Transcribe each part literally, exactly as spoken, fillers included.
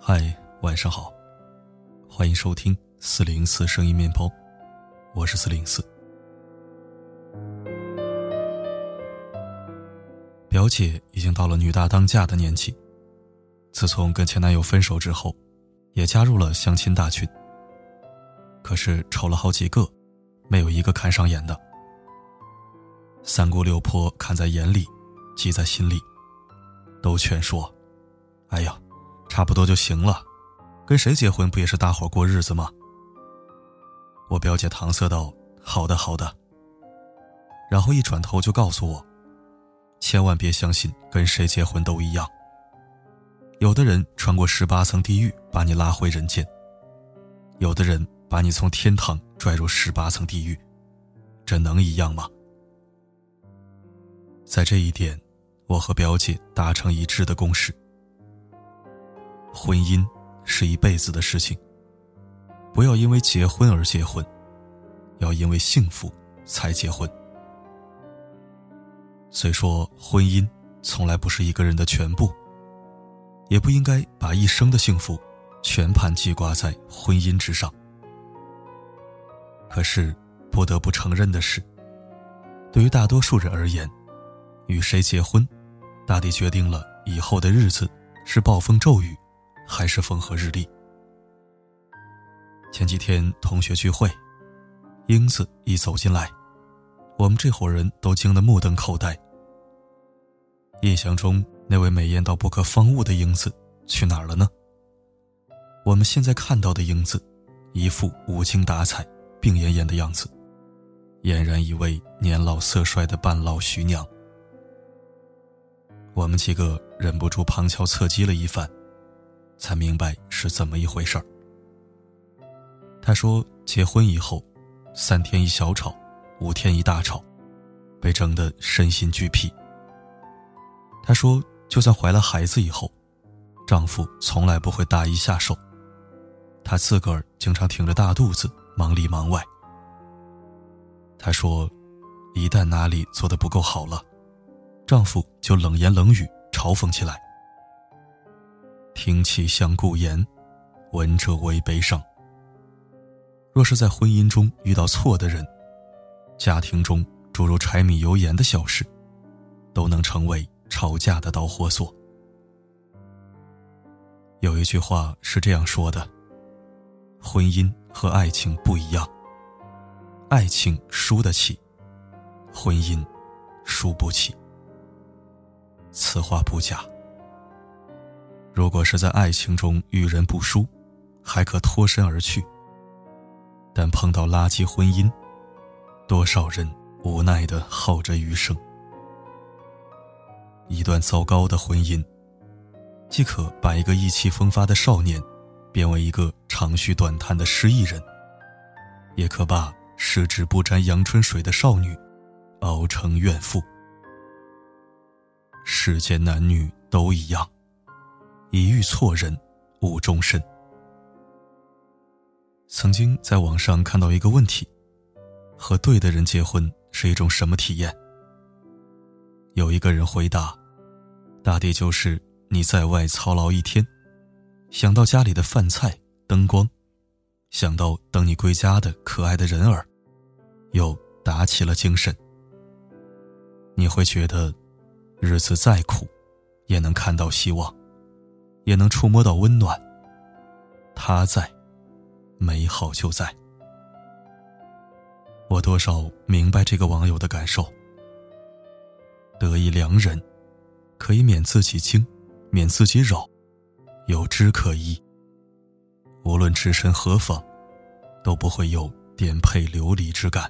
嗨，晚上好，欢迎收听四零四声音面包，我是四零四。表姐已经到了女大当嫁的年纪，自从跟前男友分手之后，也加入了相亲大群。可是瞅了好几个，没有一个看上眼的。三姑六婆看在眼里，记在心里，都劝说：哎呀，差不多就行了，跟谁结婚不也是大伙过日子吗？我表姐搪塞道：好的好的。然后一转头就告诉我，千万别相信跟谁结婚都一样，有的人穿过十八层地狱把你拉回人间，有的人把你从天堂拽入十八层地狱，这能一样吗？在这一点，我和表姐达成一致的共识。婚姻是一辈子的事情，不要因为结婚而结婚，要因为幸福才结婚。虽说婚姻从来不是一个人的全部，也不应该把一生的幸福全盘记挂在婚姻之上。可是不得不承认的是，对于大多数人而言，与谁结婚大抵决定了以后的日子是暴风骤雨还是风和日丽。前几天同学聚会，英子一走进来，我们这伙人都惊得目瞪口呆。印象中那位美艳到不可方物的英子去哪儿了呢？我们现在看到的英子一副无精打采病恹恹的样子，俨然一位年老色衰的半老徐娘。我们几个忍不住旁敲侧击了一番，才明白是怎么一回事儿。他说结婚以后三天一小吵，五天一大吵，被整得身心俱疲。他说就算怀了孩子以后，丈夫从来不会搭一下手，她自个儿经常挺着大肚子忙里忙外。她说一旦哪里做得不够好了，丈夫就冷言冷语嘲讽起来。听其相顾言，闻者为悲伤。若是在婚姻中遇到错的人，家庭中诸如柴米油盐的小事都能成为吵架的导火索。有一句话是这样说的：婚姻和爱情不一样，爱情输得起，婚姻输不起。此话不假。如果是在爱情中遇人不淑，还可脱身而去，但碰到垃圾婚姻，多少人无奈地耗着余生。一段糟糕的婚姻，既可把一个意气风发的少年变为一个长吁短叹的失意人，也可把十指不沾阳春水的少女熬成怨妇。世间男女都一样，一遇错人误终身。曾经在网上看到一个问题：和对的人结婚是一种什么体验？有一个人回答，大抵就是你在外操劳一天，想到家里的饭菜灯光，想到等你归家的可爱的人儿，又打起了精神。你会觉得日子再苦也能看到希望，也能触摸到温暖，他在，美好就在。我多少明白这个网友的感受。得一良人，可以免自己惊，免自己扰，有枝可依。无论置身何方，都不会有颠沛流离之感。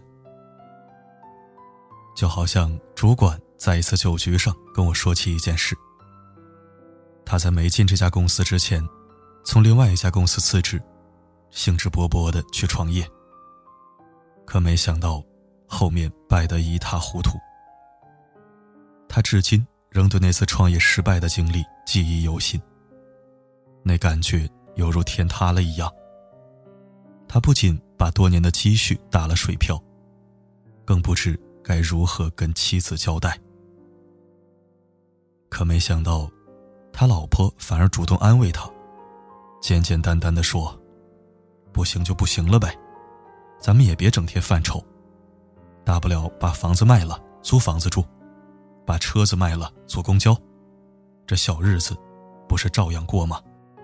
就好像主管在一次酒局上跟我说起一件事，他在没进这家公司之前，从另外一家公司辞职，兴致勃勃地去创业。可没想到后面败得一塌糊涂。他至今仍对那次创业失败的经历记忆犹新，那感觉犹如天塌了一样。他不仅把多年的积蓄打了水漂，更不知该如何跟妻子交代。可没想到他老婆反而主动安慰他， 简简单单地说，不行就不行了呗，咱们也别整天犯愁，大不了把房子卖了租房子住，把车子卖了坐公交，这小日子不是照样过吗？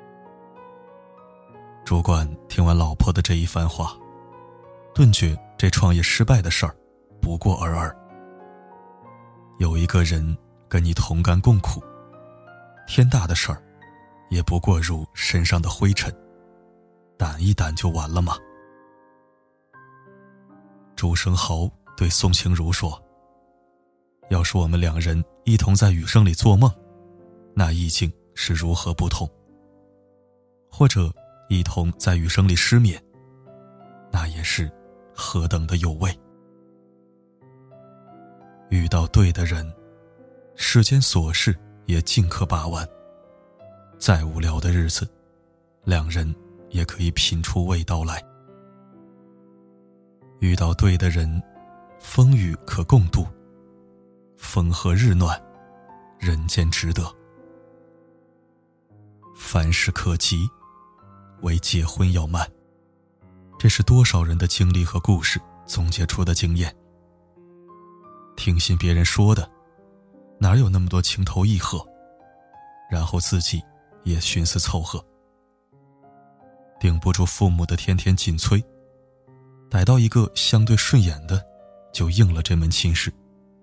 主管听完老婆的这一番话，顿觉这创业失败的事儿不过尔尔。有一个人跟你同甘共苦，天大的事儿也不过如身上的灰尘，掸一掸就完了吗？朱生豪对宋庆如说，要是我们两人一同在雨声里做梦，那意境是如何不同，或者一同在雨声里失眠，那也是何等的有味。遇到对的人，世间琐事也尽可把玩，再无聊的日子，两人也可以品出味道来。遇到对的人，风雨可共度，风和日暖，人间值得。凡事可急，唯结婚要慢，这是多少人的经历和故事总结出的经验。听信别人说的，哪有那么多情投意合，然后自己也寻思凑合。顶不住父母的天天紧催，逮到一个相对顺眼的，就应了这门亲事。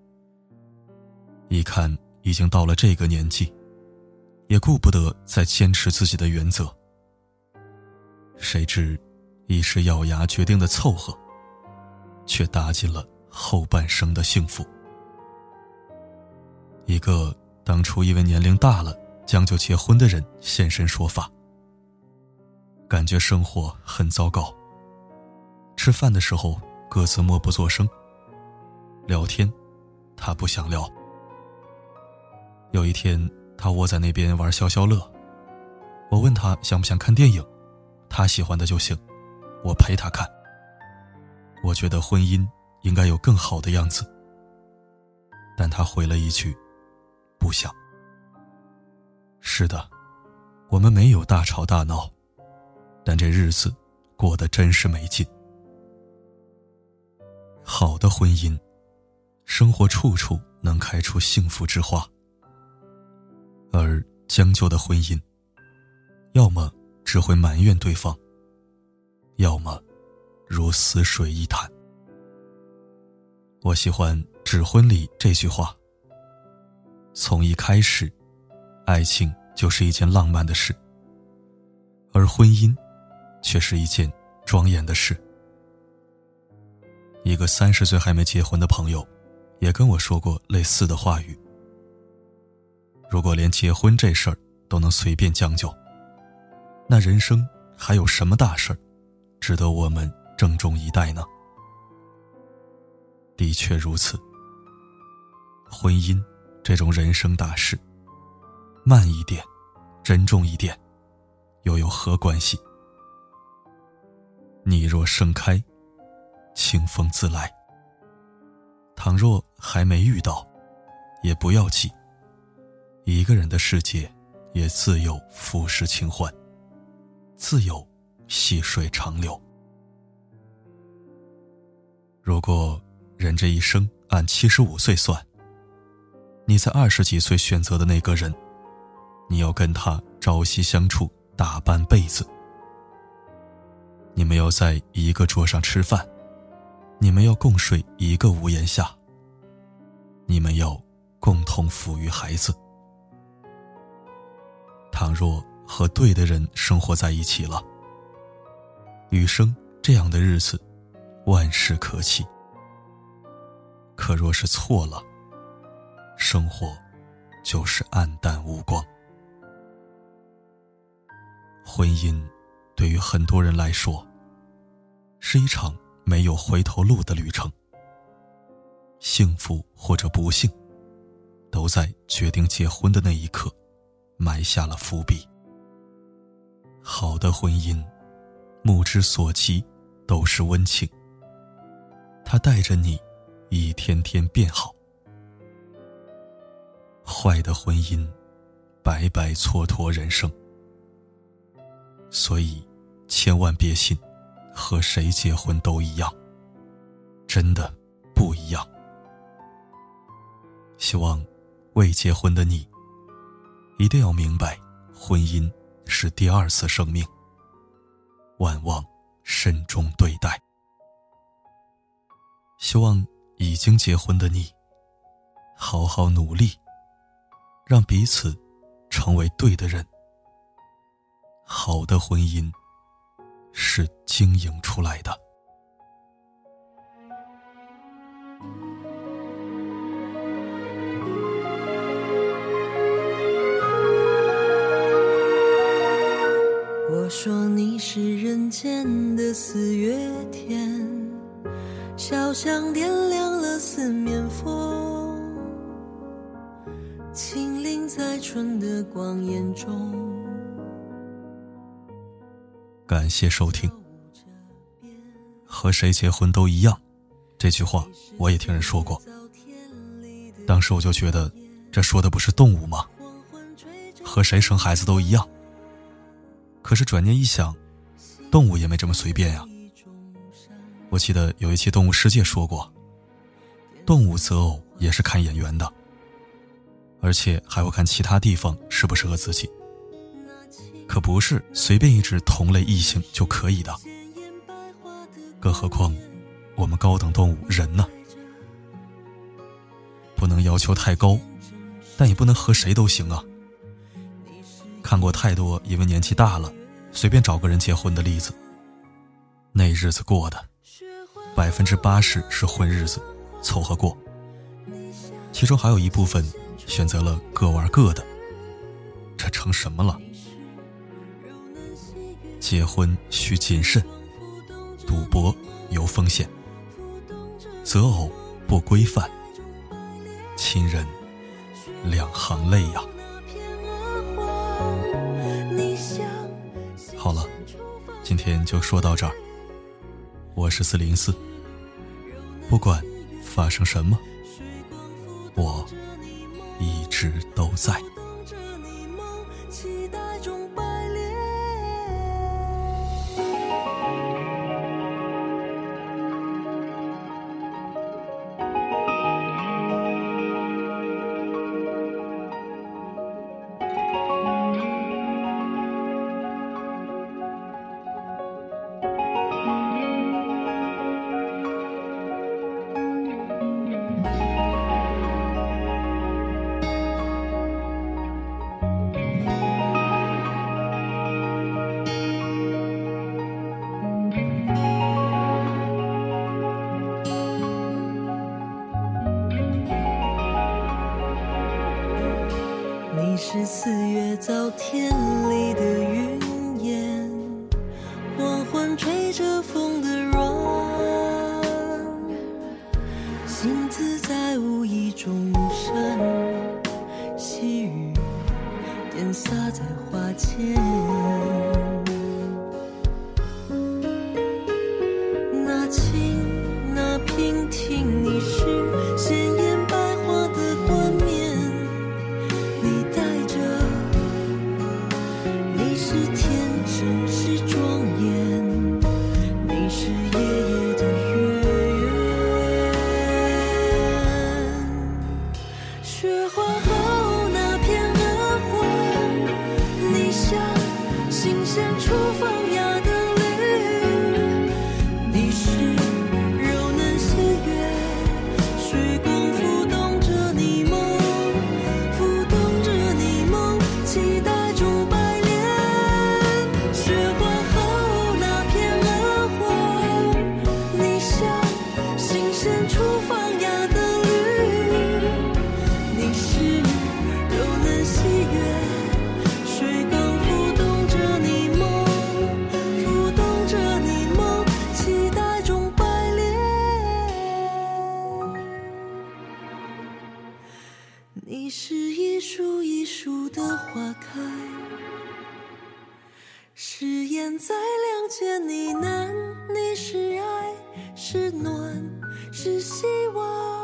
一看已经到了这个年纪，也顾不得再坚持自己的原则。谁知一时咬牙决定的凑合，却搭进了后半生的幸福。一个当初因为年龄大了将就结婚的人现身说法，感觉生活很糟糕，吃饭的时候各自默不作声，聊天他不想聊。有一天他窝在那边玩消消乐，我问他想不想看电影，他喜欢的就行，我陪他看。我觉得婚姻应该有更好的样子，但他回了一句，不想。是的，我们没有大吵大闹，但这日子过得真是没劲。好的婚姻，生活处处能开出幸福之花，而将就的婚姻，要么只会埋怨对方，要么如死水一潭。我喜欢《指婚》里这句话，从一开始，爱情就是一件浪漫的事，而婚姻却是一件庄严的事。一个三十岁还没结婚的朋友也跟我说过类似的话语。如果连结婚这事儿都能随便将就，那人生还有什么大事儿值得我们郑重以待呢？的确如此，婚姻这种人生大事，慢一点，珍重一点，又有何关系？你若盛开，清风自来。倘若还没遇到，也不要急，一个人的世界也自有浮世清欢，自有细水长流。如果人这一生按七十五岁算，你在二十几岁选择的那个人，你要跟他朝夕相处大半辈子。你们要在一个桌上吃饭，你们要共睡一个屋檐下，你们要共同抚育孩子。倘若和对的人生活在一起了，余生这样的日子万事可期。可若是错了，生活就是黯淡无光。婚姻对于很多人来说，是一场没有回头路的旅程。幸福或者不幸，都在决定结婚的那一刻埋下了伏笔。好的婚姻，目之所及都是温情，它带着你一天天变好。坏的婚姻，白白蹉跎人生。 所以千万别信和谁结婚都一样，真的不一样。希望未结婚的你一定要明白，婚姻是第二次生命，万望慎重对待。希望已经结婚的你好好努力，让彼此成为对的人。好的婚姻是经营出来的。 我说你是人间的四月天，小巷点亮了四面风，轻灵在春的光艳中。 感谢收听。和谁结婚都一样，这句话我也听人说过，当时我就觉得这说的不是动物吗？和谁生孩子都一样。可是转念一想，动物也没这么随便呀。我记得有一期动物世界说过，动物择偶也是看眼缘的，而且还会看其他地方适不适合自己，可不是随便一只同类异性就可以的。更何况我们高等动物人呢？不能要求太高，但也不能和谁都行啊。看过太多因为年纪大了随便找个人结婚的例子，那日子过的百分之八十是混日子凑合过，其中还有一部分选择了各玩各的，这成什么了？结婚需谨慎，赌博有风险，择偶不规范，亲人两行泪呀。好了，今天就说到这儿。我是四零四，不管发生什么，我一直都在。 你是四月早天里的云烟，黄昏吹着风的软，心自在无意中闪，细雨点洒在花间。那轻那平听，你是鲜艳百花的冠冕，你带着，你是天真是庄严，你是夜夜的月圆。雪花后那片鹅黄，你像新鲜出放芽的绿，你是柔嫩喜悦，水光浮动着你梦，浮动着你梦，期待中百炼。雪花后那片鹅黄，你像新鲜出放芽的绿，你是柔嫩喜悦，水光浮动着你梦，浮动着你梦，期待中百炼。你是一树一树的花开，誓言在两间呢喃，你是爱，是暖，是希望。